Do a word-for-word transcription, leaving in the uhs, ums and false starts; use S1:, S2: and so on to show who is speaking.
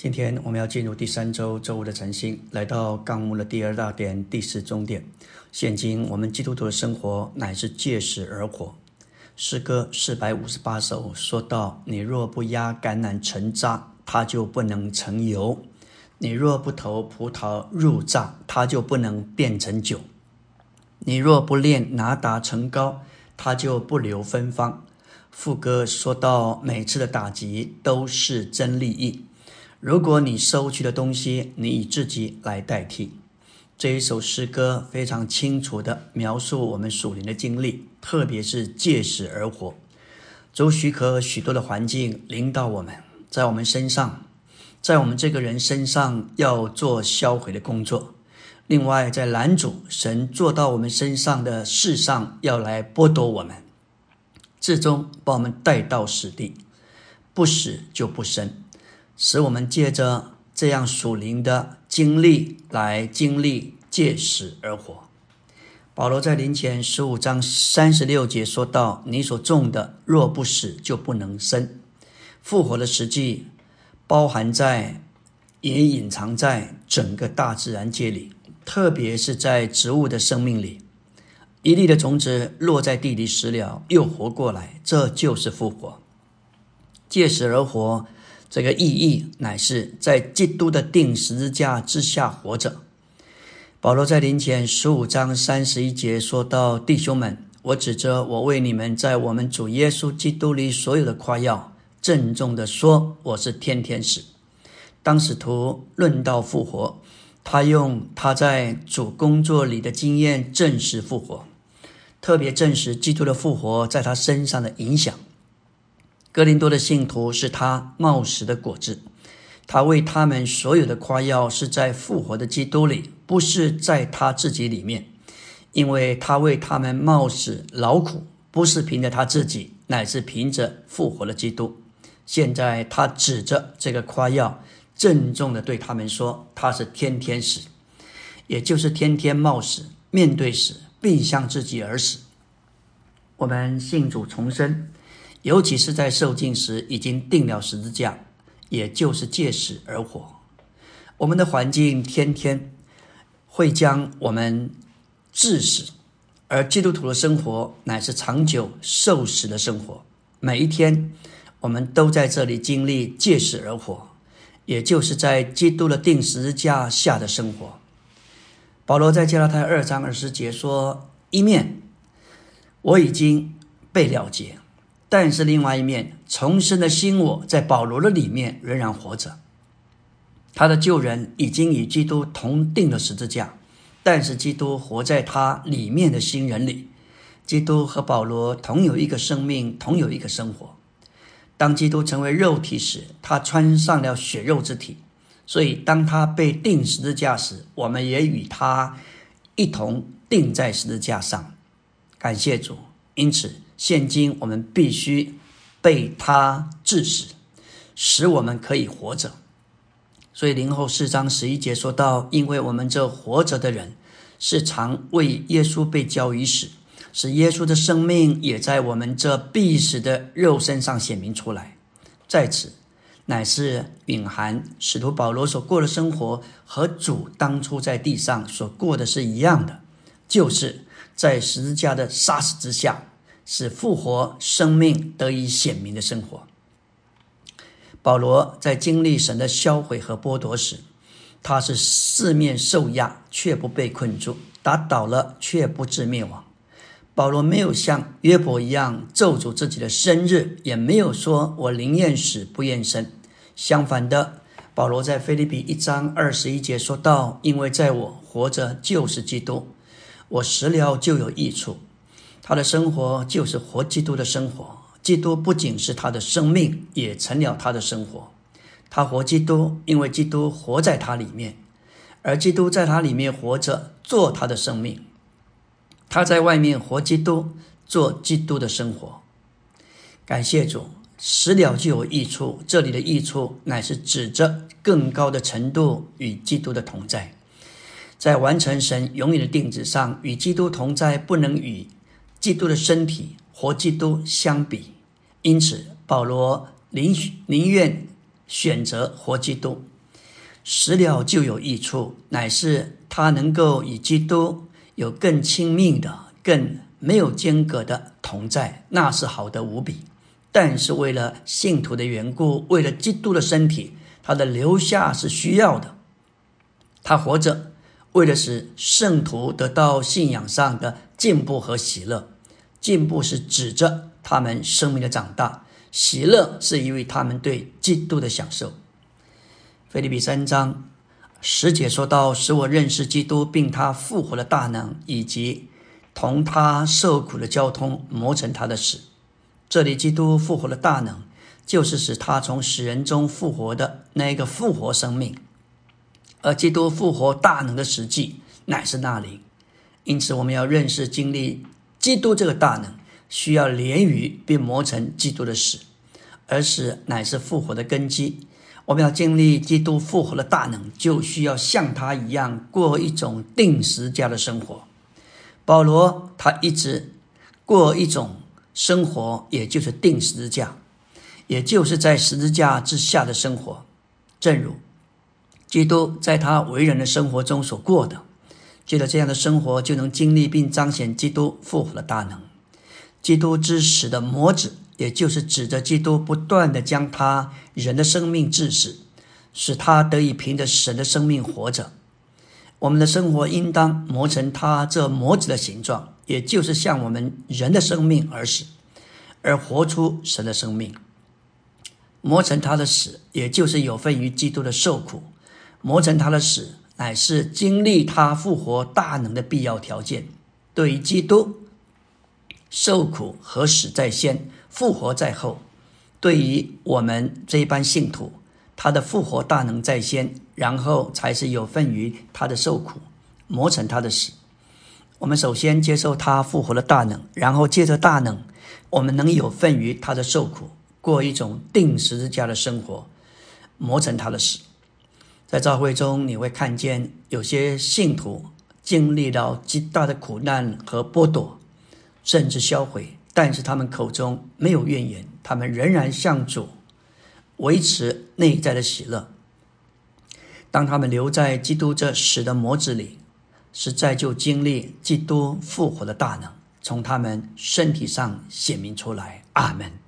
S1: 今天我们要进入第三周周五的晨星，来到纲目的第二大点第四中点。现今我们基督徒的生活乃是借死而活。诗歌四百五十八首说到：你若不压橄榄成渣，它就不能成油；你若不投葡萄入榨，它就不能变成酒；你若不炼拿达成膏，它就不留芬芳。副歌说到每次的打击都是真利益，如果你收取的东西你以自己来代替。这一首诗歌非常清楚地描述我们属灵的经历，特别是借死而活。主许可许多的环境临到我们，在我们身上，在我们这个人身上要做销毁的工作。另外在拦阻神做到我们身上的事上，要来剥夺我们，最终把我们带到死地，不死就不生，使我们借着这样属灵的经历来经历借死而活。保罗在林前十五章三十六节说到：你所种的若不死就不能生。复活的实际包含在也隐藏在整个大自然界里，特别是在植物的生命里。一粒的种子落在地里死了，又活过来，这就是复活。借死而活这个意义乃是在基督的钉十字架之下活着。保罗在林前十五章三十一节说到：弟兄们，我指着我为你们在我们主耶稣基督里所有的夸耀，郑重地说，我是天天使。当使徒论到复活，他用他在主工作里的经验证实复活，特别证实基督的复活在他身上的影响。哥林多的信徒是他冒死的果子，他为他们所有的夸耀是在复活的基督里，不是在他自己里面，因为他为他们冒死劳苦，不是凭着他自己，乃是凭着复活的基督。现在他指着这个夸耀，郑重地对他们说，他是天天使，也就是天天冒死，面对死，并向自己而死。我们信主重生，尤其是在受浸时已经定了十字架，也就是借死而活。我们的环境天天会将我们致死，而基督徒的生活乃是长久受死的生活。每一天我们都在这里经历借死而活，也就是在基督的钉十字架下的生活。保罗在加拉太二章二十节说：一面我已经被了结，但是另外一面重生的新我在保罗的里面仍然活着。他的旧人已经与基督同钉了十字架，但是基督活在他里面的新人里。基督和保罗同有一个生命，同有一个生活。当基督成为肉体时，他穿上了血肉之体，所以当他被钉十字架时，我们也与他一同钉在十字架上。感谢主。因此现今我们必须被他致死，使我们可以活着。所以林后四章十一节说到：因为我们这活着的人是常为耶稣被交于死，使耶稣的生命也在我们这必死的肉身上显明出来。在此乃是蕴含使徒保罗所过的生活和主当初在地上所过的是一样的，就是在十字架的杀死之下，使复活生命得以显明的生活。保罗在经历神的销毁和剥夺时，他是四面受压却不被困住，打倒了却不致灭亡。保罗没有像约伯一样咒诅自己的生日，也没有说我宁愿死不愿生。相反的，保罗在腓立比一章二十一节说道：因为在我活着就是基督，我死了就有益处。他的生活就是活基督的生活，基督不仅是他的生命，也成了他的生活。他活基督，因为基督活在他里面，而基督在他里面活着，做他的生命。他在外面活基督，做基督的生活。感谢主，死了就有益处。这里的益处乃是指着更高的程度与基督的同在，在完成神永远的定旨上，与基督同在不能与基督的身体活基督相比。因此保罗宁宁愿选择活基督，死了就有益处，乃是他能够与基督有更亲密的、更没有间隔的同在，那是好的无比。但是为了信徒的缘故，为了基督的身体，他的留下是需要的。他活着，为了使圣徒得到信仰上的进步和喜乐。进步是指着他们生命的长大，喜乐是因为他们对基督的享受。腓立比三章十节说到，使我认识基督，并他复活的大能，以及同他受苦的交通，磨成他的死。这里基督复活的大能，就是使他从死人中复活的那一个复活生命，而基督复活大能的实际乃是那灵。因此我们要认识经历基督这个大能，需要连于并磨成基督的死，而死乃是复活的根基。我们要经历基督复活的大能，就需要像他一样过一种定十字架的生活。保罗他一直过一种生活，也就是定十字架，也就是在十字架之下的生活，正如基督在他为人的生活中所过的。借着这样的生活，就能经历并彰显基督复活的大能。基督之死的磨子，也就是指着基督不断地将他人的生命致死，使他得以凭着神的生命活着。我们的生活应当磨成他这磨子的形状，也就是向我们人的生命而死，而活出神的生命。磨成他的死，也就是有份于基督的受苦。磨成他的死，乃是经历他复活大能的必要条件。对于基督，受苦和死在先，复活在后；对于我们这一般信徒，他的复活大能在先，然后才是有份于他的受苦，磨成他的死。我们首先接受他复活的大能，然后借着大能，我们能有份于他的受苦，过一种定十字架的生活，磨成他的死。在教会中，你会看见有些信徒经历到极大的苦难和剥夺，甚至销毁，但是他们口中没有怨言，他们仍然向主维持内在的喜乐。当他们留在基督这死的磨子里，实在就经历基督复活的大能，从他们身体上显明出来。阿们。